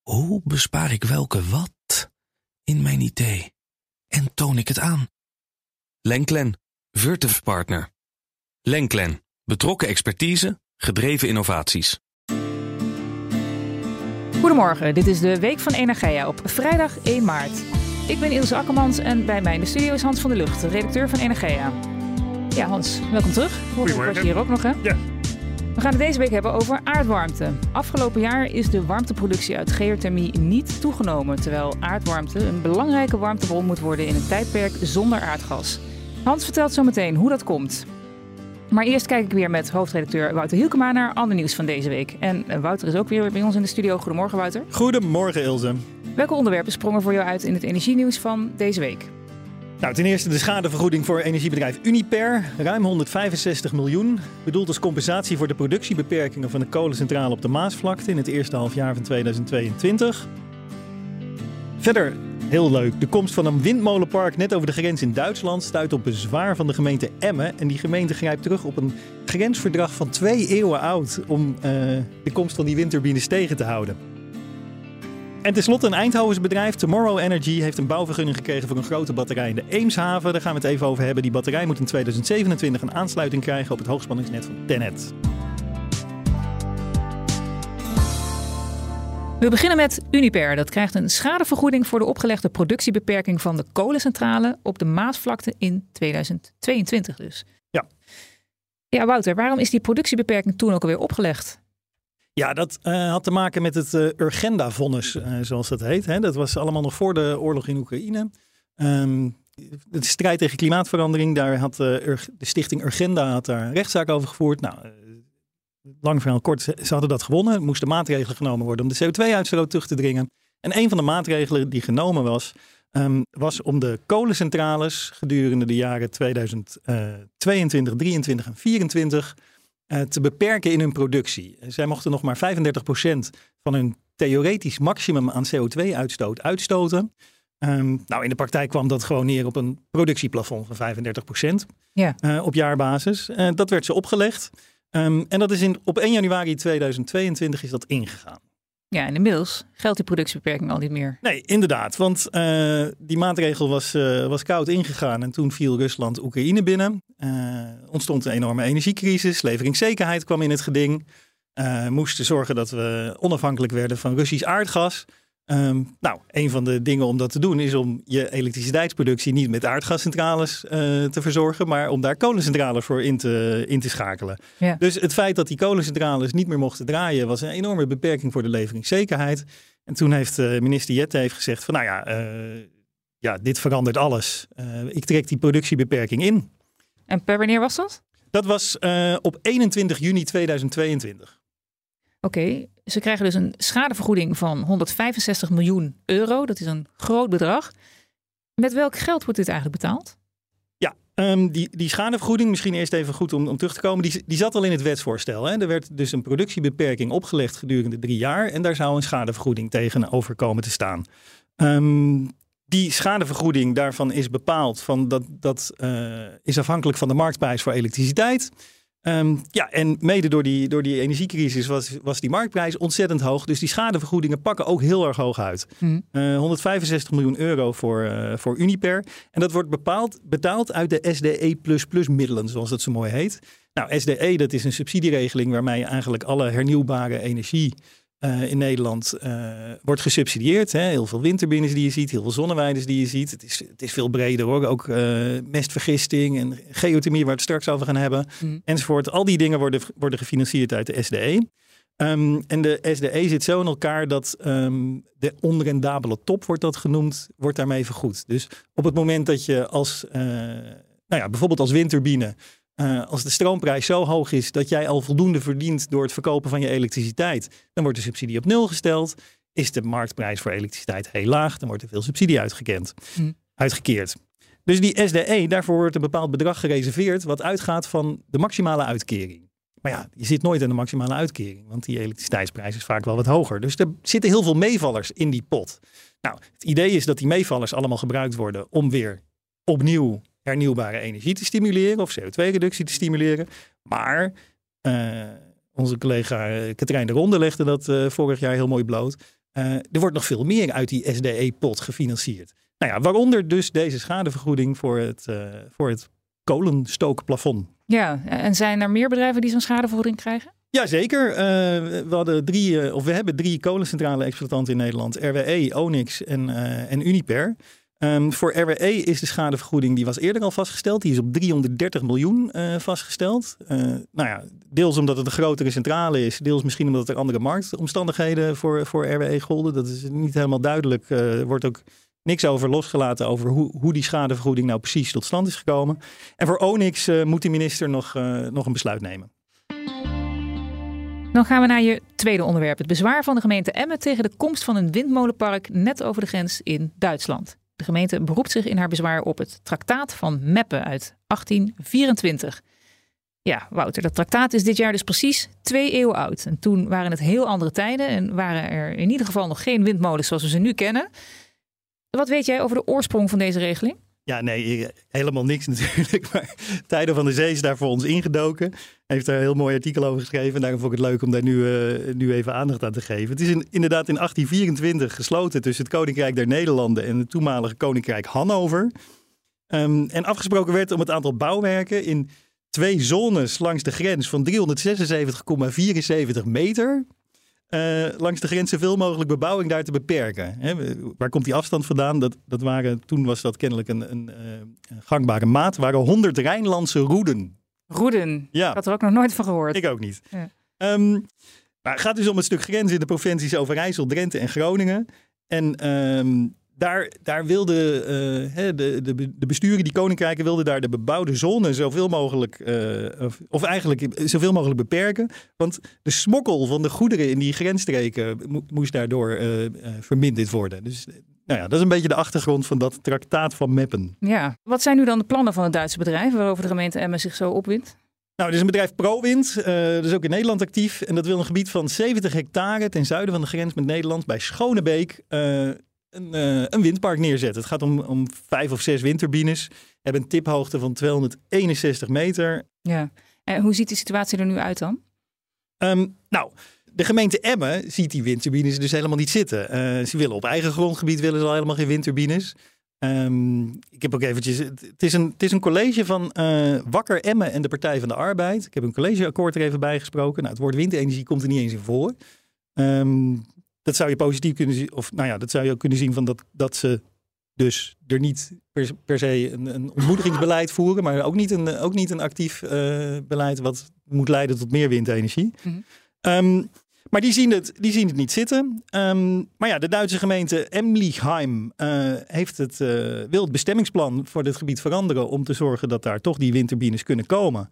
Hoe bespaar ik welke wat in mijn idee? En toon ik het aan? Lenklen, Virtuf Partner. Lenklen, betrokken expertise, gedreven innovaties. Goedemorgen, dit is de Week van Energeia op vrijdag 1 maart. Ik ben Ilse Akkermans en bij mij in de studio is Hans van der Lugt, redacteur van Energeia. Ja, Hans, welkom terug. Goedemorgen. Was je hier ook nog, hè? Ja. We gaan het deze week hebben over aardwarmte. Afgelopen jaar is de warmteproductie uit geothermie niet toegenomen, terwijl aardwarmte een belangrijke warmtebron moet worden in een tijdperk zonder aardgas. Hans vertelt zo meteen hoe dat komt. Maar eerst kijk ik weer met hoofdredacteur Wouter Hielkema naar ander nieuws van deze week. En Wouter is ook weer bij ons in de studio. Goedemorgen, Wouter. Goedemorgen, Ilse. Welke onderwerpen sprongen voor jou uit in het energienieuws van deze week? Nou, ten eerste de schadevergoeding voor energiebedrijf Uniper. Ruim 165 miljoen. Bedoeld als compensatie voor de productiebeperkingen van de kolencentrale op de Maasvlakte in het eerste halfjaar van 2022. Verder, heel leuk, de komst van een windmolenpark net over de grens in Duitsland stuit op bezwaar van de gemeente Emmen. En die gemeente grijpt terug op een grensverdrag van 2 eeuwen oud om de komst van die windturbines tegen te houden. En tenslotte een Eindhovens bedrijf, Tomorrow Energy, heeft een bouwvergunning gekregen voor een grote batterij in de Eemshaven. Daar gaan we het even over hebben. Die batterij moet in 2027 een aansluiting krijgen op het hoogspanningsnet van TenneT. We beginnen met Uniper. Dat krijgt een schadevergoeding voor de opgelegde productiebeperking van de kolencentrale op de Maasvlakte in 2022 dus. Ja. Ja, Wouter, waarom is die productiebeperking toen ook alweer opgelegd? Ja, dat had te maken met het Urgenda-vonnis, zoals dat heet. Hè. Dat was allemaal nog voor de oorlog in Oekraïne. De strijd tegen klimaatverandering, daar had de stichting Urgenda daar een rechtszaak over gevoerd. Nou, lang verhaal kort, ze hadden dat gewonnen. Er moesten maatregelen genomen worden om de CO2-uitstoot terug te dringen. En een van de maatregelen die genomen was om de kolencentrales gedurende de jaren 2022, 23 en 24 te beperken in hun productie. Zij mochten nog maar 35% van hun theoretisch maximum aan CO2-uitstoot uitstoten. Nou, in de praktijk kwam dat gewoon neer op een productieplafond van 35% op jaarbasis. Dat werd ze opgelegd. En dat is op 1 januari 2022 is dat ingegaan. Ja, en inmiddels geldt die productiebeperking al niet meer. Nee, inderdaad. Want die maatregel was koud ingegaan en toen viel Rusland Oekraïne binnen. Ontstond een enorme energiecrisis. Leveringszekerheid kwam in het geding. Moesten zorgen dat we onafhankelijk werden van Russisch aardgas. Nou, een van de dingen om dat te doen is om je elektriciteitsproductie niet met aardgascentrales te verzorgen, maar om daar kolencentrales voor in te schakelen. Ja. Dus het feit dat die kolencentrales niet meer mochten draaien was een enorme beperking voor de leveringszekerheid. En toen heeft minister Jette gezegd van dit verandert alles. Ik trek die productiebeperking in. En per wanneer was dat? Dat was op 21 juni 2022. Oké, ze krijgen dus een schadevergoeding van 165 miljoen euro. Dat is een groot bedrag. Met welk geld wordt dit eigenlijk betaald? Ja, die schadevergoeding, misschien eerst even goed om terug te komen. Die zat al in het wetsvoorstel. Hè? Er werd dus een productiebeperking opgelegd gedurende 3 jaar. En daar zou een schadevergoeding tegenover komen te staan. Die schadevergoeding daarvan is bepaald dat is afhankelijk van de marktprijs voor elektriciteit. En mede door die energiecrisis was die marktprijs ontzettend hoog. Dus die schadevergoedingen pakken ook heel erg hoog uit. 165 miljoen euro voor Uniper. En dat wordt betaald uit de SDE++ middelen, zoals het zo mooi heet. Nou, SDE, dat is een subsidieregeling waarmee eigenlijk alle hernieuwbare energie in Nederland wordt gesubsidieerd. Hè? Heel veel windturbines die je ziet, heel veel zonneweiders die je ziet. Het is veel breder hoor. Ook mestvergisting en geothermie waar we het straks over gaan hebben. Enzovoort. Al die dingen worden gefinancierd uit de SDE. En de SDE zit zo in elkaar dat de onrendabele top, wordt dat genoemd, wordt daarmee vergoed. Dus op het moment dat je bijvoorbeeld als windturbine, als de stroomprijs zo hoog is dat jij al voldoende verdient door het verkopen van je elektriciteit, dan wordt de subsidie op 0 gesteld. Is de marktprijs voor elektriciteit heel laag, dan wordt er veel subsidie uitgekeerd. Dus die SDE, daarvoor wordt een bepaald bedrag gereserveerd wat uitgaat van de maximale uitkering. Maar ja, je zit nooit aan de maximale uitkering, want die elektriciteitsprijs is vaak wel wat hoger. Dus er zitten heel veel meevallers in die pot. Nou, het idee is dat die meevallers allemaal gebruikt worden om weer opnieuw hernieuwbare energie te stimuleren of CO2-reductie te stimuleren. Maar onze collega Katrijn de Ronde legde dat vorig jaar heel mooi bloot. Er wordt nog veel meer uit die SDE-pot gefinancierd. Nou ja, waaronder dus deze schadevergoeding voor het kolenstookplafond. Ja, en zijn er meer bedrijven die zo'n schadevergoeding krijgen? Jazeker. We hebben 3 kolencentrale-exploitanten in Nederland. RWE, Onyx en Uniper. Voor RWE is de schadevergoeding, die was eerder al vastgesteld. Die is op 330 miljoen vastgesteld. Deels omdat het een grotere centrale is. Deels misschien omdat er andere marktomstandigheden voor RWE golden. Dat is niet helemaal duidelijk. Er wordt ook niks over losgelaten over hoe die schadevergoeding nou precies tot stand is gekomen. En voor Onyx moet de minister nog een besluit nemen. Dan gaan we naar je tweede onderwerp. Het bezwaar van de gemeente Emmen tegen de komst van een windmolenpark net over de grens in Duitsland. De gemeente beroept zich in haar bezwaar op het traktaat van Meppen uit 1824. Ja, Wouter, dat traktaat is dit jaar dus precies 2 eeuwen oud. En toen waren het heel andere tijden en waren er in ieder geval nog geen windmolens zoals we ze nu kennen. Wat weet jij over de oorsprong van deze regeling? Ja, nee, helemaal niks natuurlijk. Maar Tijden van de Zee is daar voor ons ingedoken. Hij heeft daar een heel mooi artikel over geschreven. En daarom vond ik het leuk om daar nu even aandacht aan te geven. Het is inderdaad in 1824 gesloten tussen het Koninkrijk der Nederlanden en het toenmalige Koninkrijk Hannover. En afgesproken werd om het aantal bouwwerken in 2 zones langs de grens van 376,74 meter... langs de grens zoveel mogelijk bebouwing daar te beperken. Waar komt die afstand vandaan? Toen was dat kennelijk een gangbare maat. Het waren 100 Rijnlandse roeden. Roeden? Ja. Ik had er ook nog nooit van gehoord. Ik ook niet. Ja. Maar het gaat dus om een stuk grens in de provincies Overijssel, Drenthe en Groningen. En daar wilden de besturen, die koninkrijken, wilden daar de bebouwde zone zoveel mogelijk, zoveel mogelijk beperken. Want de smokkel van de goederen in die grensstreken moest daardoor verminderd worden. Dus dat is een beetje de achtergrond van dat traktaat van Meppen. Ja. Wat zijn nu dan de plannen van het Duitse bedrijf waarover de gemeente Emmen zich zo opwindt? Nou, dit is een bedrijf ProWind, dat is ook in Nederland actief. En dat wil een gebied van 70 hectare ten zuiden van de grens met Nederland bij Schonebeek een windpark neerzetten. Het gaat om 5 of 6 windturbines. Hebben een tiphoogte van 261 meter. Ja. En hoe ziet de situatie er nu uit dan? De gemeente Emmen ziet die windturbines dus helemaal niet zitten. Ze willen op eigen grondgebied willen ze al helemaal geen windturbines. Ik heb ook eventjes. Het is een college van Wakker Emmen en de Partij van de Arbeid. Ik heb een collegeakkoord er even bij gesproken. Nou, het woord windenergie komt er niet eens in voor. Dat zou je positief kunnen zien. Of dat zou je ook kunnen zien van dat ze dus er niet per se een ontmoedigingsbeleid voeren. Maar ook niet een actief beleid wat moet leiden tot meer windenergie. Mm-hmm. Maar die zien het niet zitten. Maar de Duitse gemeente Emlichheim wil het bestemmingsplan voor dit gebied veranderen om te zorgen dat daar toch die windturbines kunnen komen.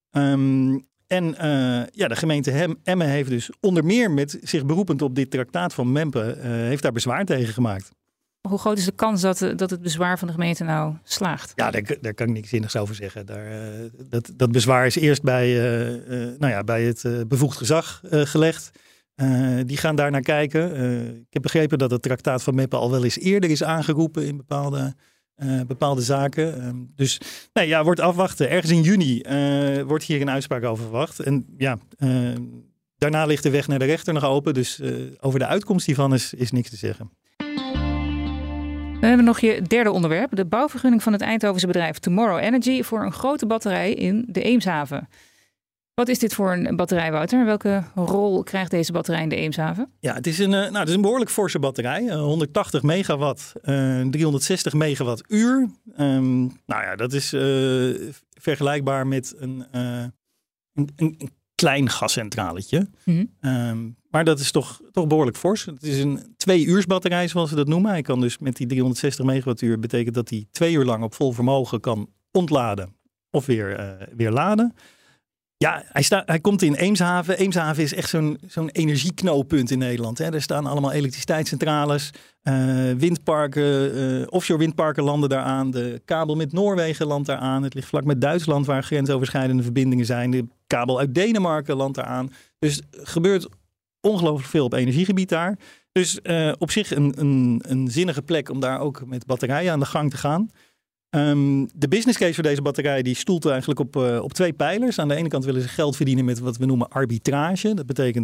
De gemeente Emmen heeft dus onder meer met zich beroepend op dit traktaat van Meppen heeft daar bezwaar tegen gemaakt. Hoe groot is de kans dat het bezwaar van de gemeente nou slaagt? Ja, daar kan ik niks zinnigs over zeggen. Dat bezwaar is eerst bij het bevoegd gezag gelegd. Die gaan daar naar kijken. Ik heb begrepen dat het traktaat van Meppen al wel eens eerder is aangeroepen in bepaalde zaken. Wordt afwachten. Ergens in juni wordt hier een uitspraak over verwacht. En daarna ligt de weg naar de rechter nog open. Dus over de uitkomst hiervan is niks te zeggen. Dan hebben we nog je derde onderwerp. De bouwvergunning van het Eindhovense bedrijf Tomorrow Energy voor een grote batterij in de Eemshaven. Wat is dit voor een batterij, Wouter? Welke rol krijgt deze batterij in de Eemshaven? Ja, het is een behoorlijk forse batterij. 180 megawatt, 360 megawattuur. Dat is vergelijkbaar met een klein gascentraletje. Mm-hmm. Maar dat is toch behoorlijk fors. Het is een 2-uursbatterij, zoals ze dat noemen. Hij kan dus met die 360 megawattuur betekent dat hij 2 uur lang op vol vermogen kan ontladen of weer laden. Ja, hij komt in Eemshaven. Eemshaven is echt zo'n energieknooppunt in Nederland. Hè. Er staan allemaal elektriciteitscentrales, windparken, offshore windparken landen daaraan. De kabel met Noorwegen landt daaraan. Het ligt vlak met Duitsland waar grensoverschrijdende verbindingen zijn. De kabel uit Denemarken landt daaraan. Dus er gebeurt ongelooflijk veel op energiegebied daar. Dus op zich een zinnige plek om daar ook met batterijen aan de gang te gaan. De business case voor deze batterij die stoelt eigenlijk op 2 pijlers. Aan de ene kant willen ze geld verdienen met wat we noemen arbitrage. Dat betekent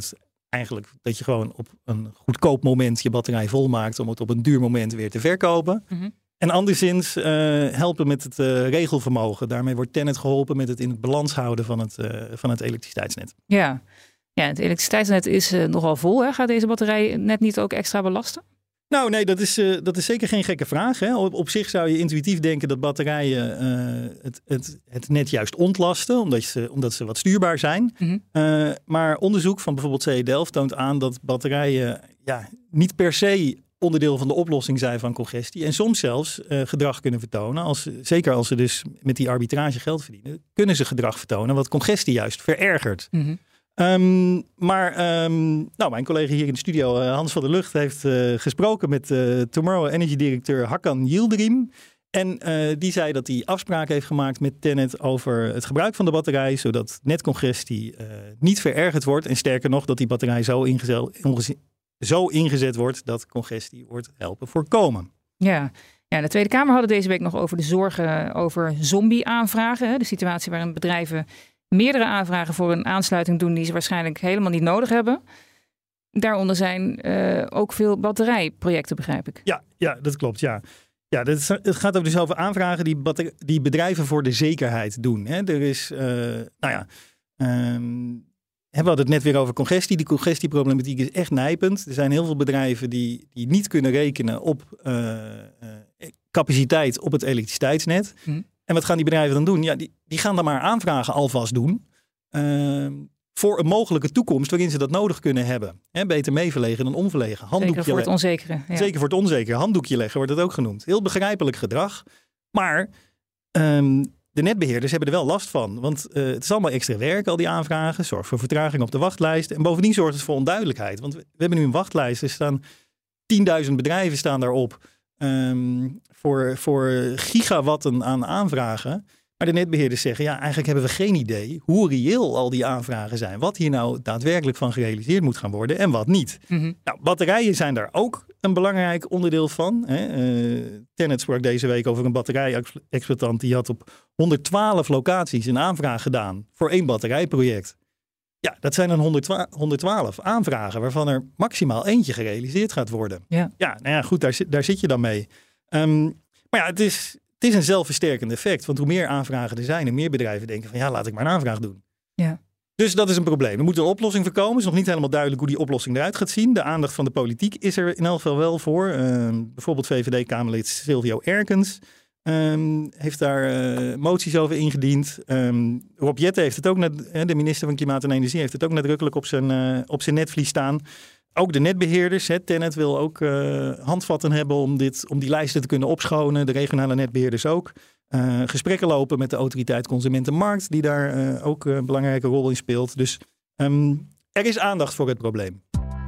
eigenlijk dat je gewoon op een goedkoop moment je batterij volmaakt om het op een duur moment weer te verkopen. Mm-hmm. En anderszins helpen met het regelvermogen. Daarmee wordt TenneT geholpen met het in het balans houden van het elektriciteitsnet. Ja, het elektriciteitsnet is nogal vol. Hè? Gaat deze batterij net niet ook extra belasten? Nou nee, dat is zeker geen gekke vraag. Hè. Op zich zou je intuïtief denken dat batterijen het net juist ontlasten, omdat ze wat stuurbaar zijn. Mm-hmm. Maar onderzoek van bijvoorbeeld CE Delft toont aan dat batterijen niet per se onderdeel van de oplossing zijn van congestie. En soms zelfs gedrag kunnen vertonen. Zeker als ze dus met die arbitrage geld verdienen, kunnen ze gedrag vertonen wat congestie juist verergert. Mm-hmm. Mijn collega hier in de studio, Hans van der Lugt, heeft gesproken met Tomorrow Energy directeur Hakan Yildirim. En die zei dat hij afspraken heeft gemaakt met TenneT over het gebruik van de batterij, zodat netcongestie niet verergerd wordt. En sterker nog, dat die batterij zo ingezet wordt dat congestie wordt helpen voorkomen. Ja, de Tweede Kamer hadden deze week nog over de zorgen over zombie-aanvragen. Hè? De situatie waarin bedrijven meerdere aanvragen voor een aansluiting doen die ze waarschijnlijk helemaal niet nodig hebben. Daaronder zijn ook veel batterijprojecten, begrijp ik. Ja, dat klopt, ja. Ja, het gaat ook dus over aanvragen die bedrijven voor de zekerheid doen. Hè. Er is, we hadden het net weer over congestie. Die congestieproblematiek is echt nijpend. Er zijn heel veel bedrijven die niet kunnen rekenen op capaciteit op het elektriciteitsnet. En wat gaan die bedrijven dan doen? Ja, die gaan dan maar aanvragen alvast doen voor een mogelijke toekomst waarin ze dat nodig kunnen hebben. Beter meeverlegen dan onverlegen. Zeker voor het onzekere. Ja. Zeker voor het onzekere. Handdoekje leggen wordt het ook genoemd. Heel begrijpelijk gedrag. Maar de netbeheerders hebben er wel last van. Want het is allemaal extra werk, al die aanvragen. Zorgt voor vertraging op de wachtlijst. En bovendien zorgt het voor onduidelijkheid. Want we hebben nu een wachtlijst. Er staan 10.000 bedrijven staan daarop. Voor gigawatten aan aanvragen. Maar de netbeheerders zeggen, eigenlijk hebben we geen idee hoe reëel al die aanvragen zijn. Wat hier nou daadwerkelijk van gerealiseerd moet gaan worden en wat niet. Mm-hmm. Nou, batterijen zijn daar ook een belangrijk onderdeel van. TenneT sprak deze week over een batterij-exploitant die had op 112 locaties een aanvraag gedaan voor 1 batterijproject. Ja, dat zijn dan 112 aanvragen waarvan er maximaal eentje gerealiseerd gaat worden. Ja, goed, daar zit je dan mee. Maar het is een zelfversterkend effect. Want hoe meer aanvragen er zijn en meer bedrijven denken van laat ik maar een aanvraag doen. Ja. Dus dat is een probleem. Er moet een oplossing voor komen. Het is nog niet helemaal duidelijk hoe die oplossing eruit gaat zien. De aandacht van de politiek is er in elk geval wel voor. Bijvoorbeeld VVD-Kamerlid Silvio Erkens heeft daar moties over ingediend. Rob Jetten heeft het ook, de minister van Klimaat en Energie, heeft het ook nadrukkelijk op zijn netvlies staan. Ook de netbeheerders, TenneT wil ook handvatten hebben om die lijsten te kunnen opschonen. De regionale netbeheerders ook. Gesprekken lopen met de autoriteit Consumentenmarkt, die daar ook een belangrijke rol in speelt. Dus er is aandacht voor het probleem.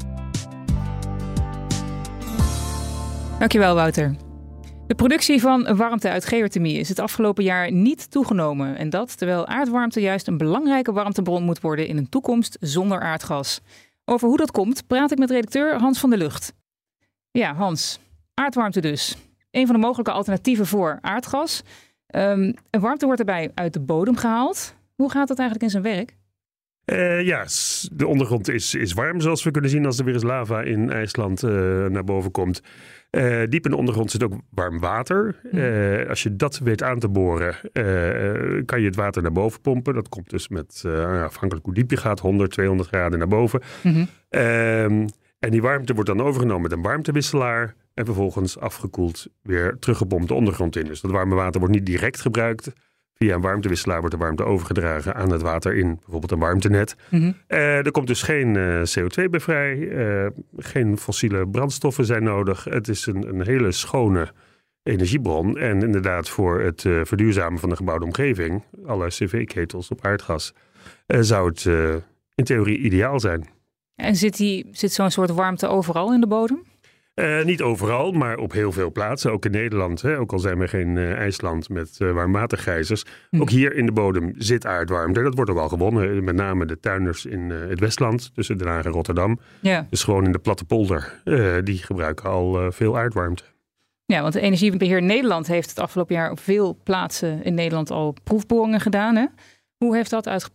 Dankjewel, Wouter. De productie van warmte uit geothermie is het afgelopen jaar niet toegenomen. En dat terwijl aardwarmte juist een belangrijke warmtebron moet worden in een toekomst zonder aardgas. Over hoe dat komt praat ik met redacteur Hans van der Lugt. Ja, Hans, aardwarmte dus. Een van de mogelijke alternatieven voor aardgas. Warmte wordt erbij uit de bodem gehaald. Hoe gaat dat eigenlijk in zijn werk? De ondergrond is warm, zoals we kunnen zien als er weer eens lava in IJsland naar boven komt. Diep in de ondergrond zit ook warm water. Als je dat weet aan te boren, kan je het water naar boven pompen. Dat komt dus met, afhankelijk hoe diep je gaat, 100, 200 graden naar boven. Mm-hmm. En die warmte wordt dan overgenomen met een warmtewisselaar en vervolgens afgekoeld weer teruggepompt de ondergrond in. Dus dat warme water wordt niet direct gebruikt. Via een warmtewisselaar wordt de warmte overgedragen aan het water in bijvoorbeeld een warmtenet. Mm-hmm. Er komt dus geen CO2 bij vrij. Geen fossiele brandstoffen zijn nodig. Het is een hele schone energiebron. En inderdaad voor het verduurzamen van de gebouwde omgeving, alle cv-ketels op aardgas, zou het in theorie ideaal zijn. En zit zo'n soort warmte overal in de bodem? Niet overal, maar op heel veel plaatsen. Ook in Nederland, ook al zijn we geen IJsland met warmwatergijzers. Ook hier in de bodem zit aardwarmte. Dat wordt ook al gewonnen. Met name de tuinders in het Westland, tussen Den Haag en Rotterdam. Ja. Dus gewoon in de platte polder. Die gebruiken al veel aardwarmte. Ja, want de Energiebeheer Nederland heeft het afgelopen jaar op veel plaatsen in Nederland al proefboringen gedaan. Hè? Hoe heeft dat uitgepakt?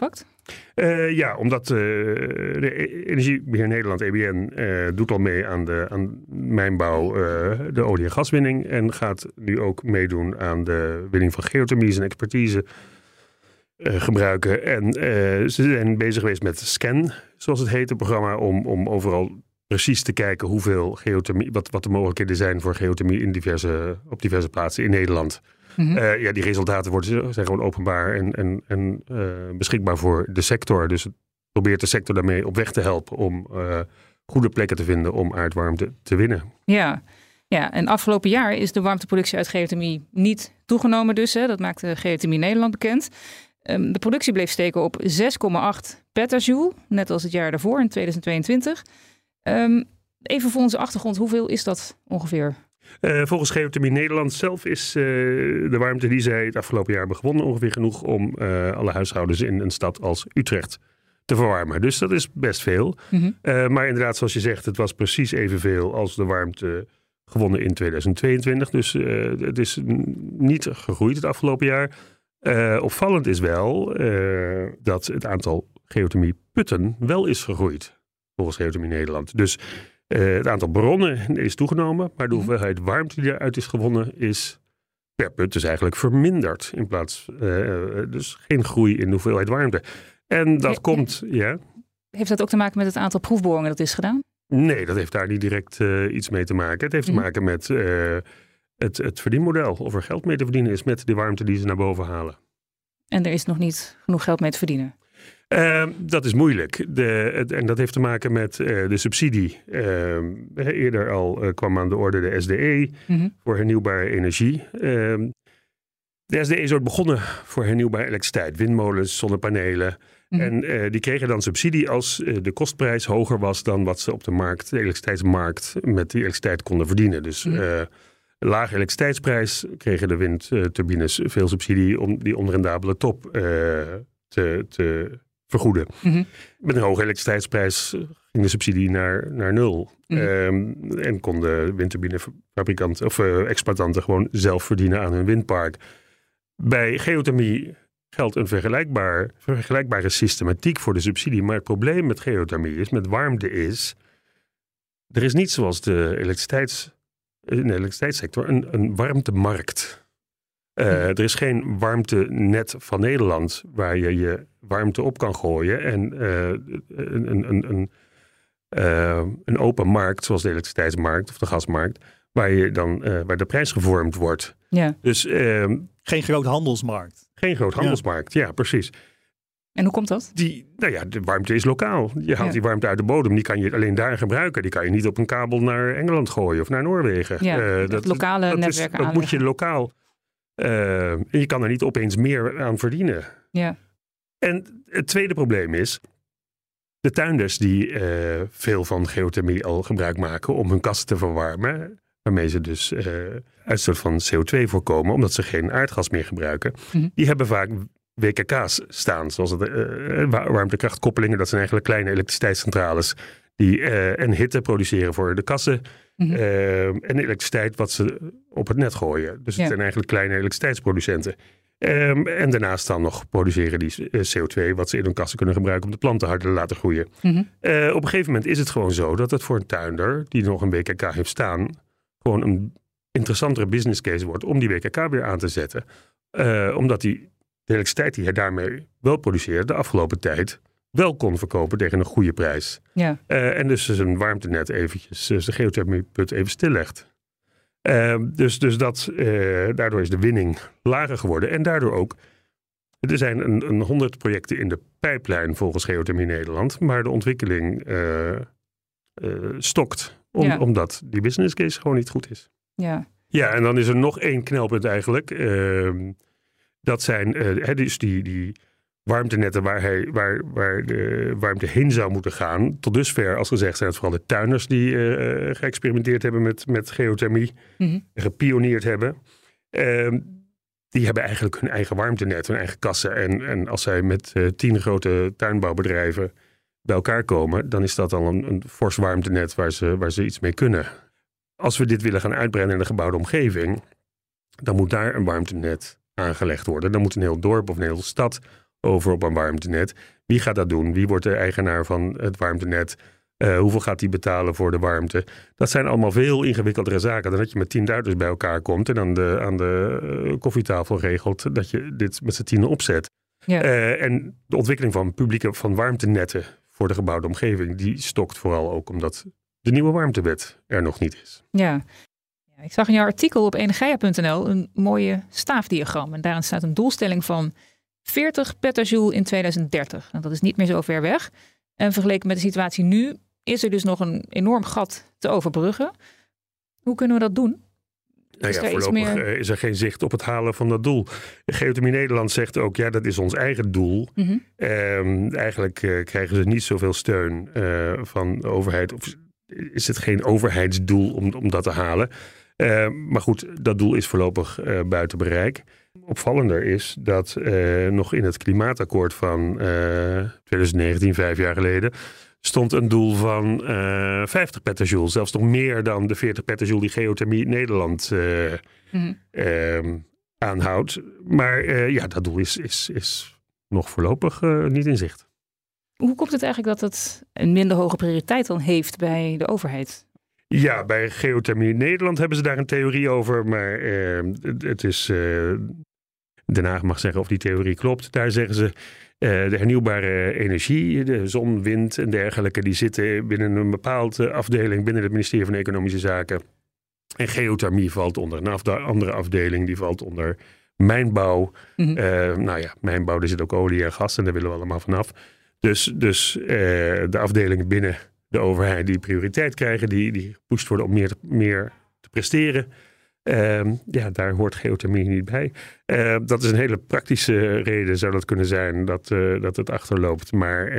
Omdat de Energiebeheer Nederland, EBN, doet al mee aan mijnbau, de olie- en gaswinning. En gaat nu ook meedoen aan de winning van geothermie en expertise gebruiken. En ze zijn bezig geweest met SCAN, zoals het heet, het programma, om overal precies te kijken hoeveel geothermie, wat de mogelijkheden zijn voor geothermie op diverse plaatsen in Nederland. Mm-hmm. Die resultaten zijn gewoon openbaar en beschikbaar voor de sector. Dus het probeert de sector daarmee op weg te helpen om goede plekken te vinden om aardwarmte te winnen. Ja, en afgelopen jaar is de warmteproductie uit geothermie niet toegenomen dus. Hè. Dat maakte Geothermie Nederland bekend. De productie bleef steken op 6,8 petajoule, net als het jaar daarvoor in 2022. Even voor onze achtergrond, hoeveel is dat ongeveer? Volgens Geothermie Nederland zelf is de warmte die zij het afgelopen jaar hebben gewonnen ongeveer genoeg om alle huishoudens in een stad als Utrecht te verwarmen. Dus dat is best veel. Mm-hmm. Maar inderdaad, zoals je zegt, het was precies evenveel als de warmte gewonnen in 2022. Dus het is niet gegroeid het afgelopen jaar. Opvallend is wel dat het aantal geothermieputten wel is gegroeid, volgens Geothermie Nederland. Dus het aantal bronnen is toegenomen, maar de hoeveelheid warmte die eruit is gewonnen is per put dus eigenlijk verminderd. In plaats, dus geen groei in de hoeveelheid warmte. En dat komt, ja. Heeft dat ook te maken met het aantal proefboringen dat is gedaan? Nee, dat heeft daar niet direct iets mee te maken. Het heeft te maken met het verdienmodel. Of er geld mee te verdienen is met de warmte die ze naar boven halen. En er is nog niet genoeg geld mee te verdienen? Dat is moeilijk. En dat heeft te maken met de subsidie. Eerder al kwam aan de orde de SDE voor hernieuwbare energie. De SDE is ook begonnen voor hernieuwbare elektriciteit. Windmolens, zonnepanelen. En die kregen dan subsidie als de kostprijs hoger was dan wat ze op de markt, de elektriciteitsmarkt, met die elektriciteit konden verdienen. Dus lage elektriciteitsprijs kregen de windturbines veel subsidie om die onrendabele top te vergoeden. Met een hoge elektriciteitsprijs ging de subsidie naar nul. En konden windturbinefabrikanten of exploitanten gewoon zelf verdienen aan hun windpark. Bij geothermie geldt een vergelijkbare systematiek voor de subsidie. Maar het probleem met geothermie met warmte is, er is niet zoals in de elektriciteitssector een warmtemarkt. Er is geen warmtenet van Nederland waar je warmte op kan gooien. En een open markt, zoals de elektriciteitsmarkt of de gasmarkt, waar de prijs gevormd wordt. Ja. Dus geen groot handelsmarkt. Geen groot handelsmarkt, ja precies. En hoe komt dat? De warmte is lokaal. Je haalt die warmte uit de bodem. Die kan je alleen daar gebruiken. Die kan je niet op een kabel naar Engeland gooien of naar Noorwegen. Ja, dat lokale netwerken aanleggen. Dat moet je lokaal. En je kan er niet opeens meer aan verdienen. Ja. En het tweede probleem is, de tuinders die veel van geothermie al gebruik maken om hun kassen te verwarmen, waarmee ze dus uitstoot van CO2 voorkomen, omdat ze geen aardgas meer gebruiken, die hebben vaak WKK's staan, zoals warmtekrachtkoppelingen. Dat zijn eigenlijk kleine elektriciteitscentrales die en hitte produceren voor de kassen en elektriciteit wat ze op het net gooien. Dus het zijn eigenlijk kleine elektriciteitsproducenten. En daarnaast dan nog produceren die CO2 wat ze in hun kassen kunnen gebruiken om de planten harder te laten groeien. Op een gegeven moment is het gewoon zo dat het voor een tuinder die nog een WKK heeft staan gewoon een interessantere business case wordt om die WKK weer aan te zetten. Omdat de elektriciteit die hij daarmee wel produceert de afgelopen tijd wel kon verkopen tegen een goede prijs. Ja. En dus zijn warmtenet eventjes zijn geothermieput even stillegt. Daardoor is de winning lager geworden. En daardoor ook, er zijn een 100 projecten in de pijplijn volgens Geothermie Nederland. Maar de ontwikkeling stokt. Omdat die business case gewoon niet goed is. Ja, en dan is er nog één knelpunt eigenlijk. Dat zijn dus die warmtenetten waar de warmte heen zou moeten gaan. Tot dusver, als gezegd, zijn het vooral de tuinders die geëxperimenteerd hebben met geothermie. En gepioneerd hebben. Die hebben eigenlijk hun eigen warmtenet, hun eigen kassen. En als zij met 10 grote tuinbouwbedrijven bij elkaar komen, dan is dat al een fors warmtenet waar ze iets mee kunnen. Als we dit willen gaan uitbreiden in de gebouwde omgeving, dan moet daar een warmtenet aangelegd worden. Dan moet een heel dorp of een hele stad over op een warmtenet. Wie gaat dat doen? Wie wordt de eigenaar van het warmtenet? Hoeveel gaat die betalen voor de warmte? Dat zijn allemaal veel ingewikkeldere zaken dan dat je met 10 Duitsers bij elkaar komt en aan de koffietafel regelt dat je dit met z'n 10 opzet. Ja. En de ontwikkeling van warmtenetten voor de gebouwde omgeving, die stokt vooral ook omdat de nieuwe warmtewet er nog niet is. Ja. Ik zag in jouw artikel op energia.nl een mooie staafdiagram. En daarin staat een doelstelling van 40 petajoule in 2030. Nou, dat is niet meer zo ver weg. En vergeleken met de situatie nu is er dus nog een enorm gat te overbruggen. Hoe kunnen we dat doen? Voorlopig is er geen zicht op het halen van dat doel. Geothermie Nederland zegt ook, dat is ons eigen doel. Mm-hmm. Eigenlijk krijgen ze niet zoveel steun van de overheid. Of is het geen overheidsdoel om dat te halen? Maar goed, dat doel is voorlopig buiten bereik. Opvallender is dat nog in het klimaatakkoord van 2019, 5 jaar geleden, stond een doel van 50 petajoule. Zelfs nog meer dan de 40 petajoule die Geothermie Nederland aanhoudt. Maar dat doel is nog voorlopig niet in zicht. Hoe komt het eigenlijk dat het een minder hoge prioriteit dan heeft bij de overheid? Ja, bij Geothermie Nederland hebben ze daar een theorie over. Maar het is Den Haag mag zeggen of die theorie klopt. Daar zeggen ze de hernieuwbare energie, de zon, wind en dergelijke, die zitten binnen een bepaalde afdeling binnen het ministerie van Economische Zaken. En geothermie valt onder een andere afdeling, die valt onder mijnbouw. Mm-hmm. Mijnbouw, er zit ook olie en gas en daar willen we allemaal vanaf. Dus de afdelingen binnen de overheid die prioriteit krijgen, die gepusht worden om meer te presteren. Daar hoort geothermie niet bij. Dat is een hele praktische reden, zou dat kunnen zijn, dat het achterloopt. Maar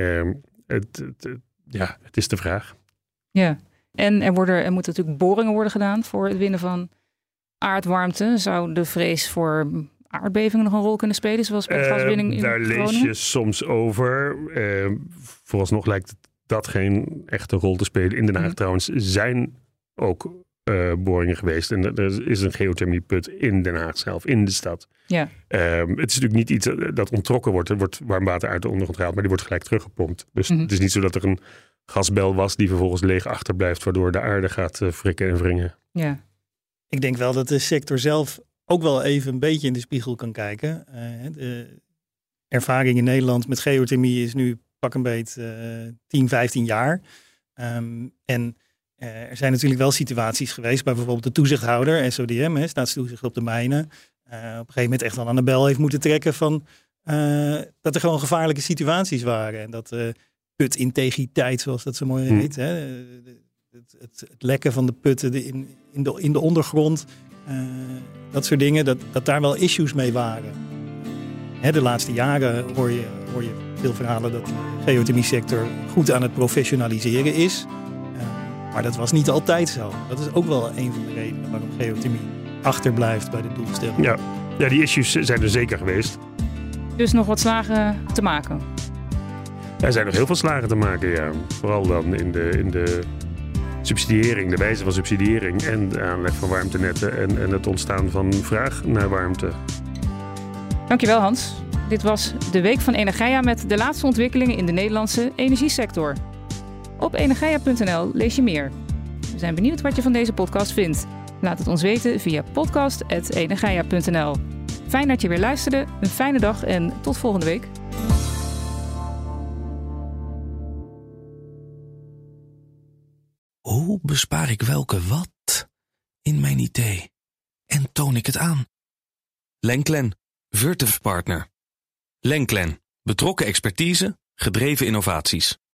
het is de vraag. Ja, en er moeten natuurlijk boringen worden gedaan voor het winnen van aardwarmte. Zou de vrees voor aardbevingen nog een rol kunnen spelen, zoals bij gaswinning in Groningen? Daar lees je soms over. Vooralsnog lijkt dat geen echte rol te spelen. In Den Haag trouwens zijn ook boringen geweest. En er is een geothermieput in Den Haag zelf, in de stad. Ja. Het is natuurlijk niet iets dat onttrokken wordt. Er wordt warm water uit de ondergrond gehaald, maar die wordt gelijk teruggepompt. Dus het is niet zo dat er een gasbel was die vervolgens leeg achterblijft, waardoor de aarde gaat frikken en wringen. Ja. Ik denk wel dat de sector zelf ook wel even een beetje in de spiegel kan kijken. De ervaring in Nederland met geothermie is nu pak een beet 10, 15 jaar. Er zijn natuurlijk wel situaties geweest, bij bijvoorbeeld de toezichthouder, SODM, staatstoezicht op de mijnen, op een gegeven moment echt wel aan de bel heeft moeten trekken van dat er gewoon gevaarlijke situaties waren. En dat putintegriteit, zoals dat zo mooi heet, het lekken van de putten in de ondergrond, dat soort dingen, dat daar wel issues mee waren. De laatste jaren hoor je veel verhalen dat de geothermie sector goed aan het professionaliseren is. Maar dat was niet altijd zo. Dat is ook wel een van de redenen waarom geothermie achterblijft bij de doelstelling. Ja, die issues zijn er zeker geweest. Dus nog wat slagen te maken? Er zijn nog heel veel slagen te maken, ja. Vooral dan in de subsidiëring, de wijze van subsidiëring en de aanleg van warmtenetten en het ontstaan van vraag naar warmte. Dankjewel, Hans. Dit was de Week van Energia met de laatste ontwikkelingen in de Nederlandse energiesector. Op energia.nl lees je meer. We zijn benieuwd wat je van deze podcast vindt. Laat het ons weten via podcast@energia.nl. Fijn dat je weer luisterde, een fijne dag en tot volgende week. Hoe bespaar ik welke wat in mijn idee? En toon ik het aan? Lenklen, Virtuf Partner. Lenklen, betrokken expertise, gedreven innovaties.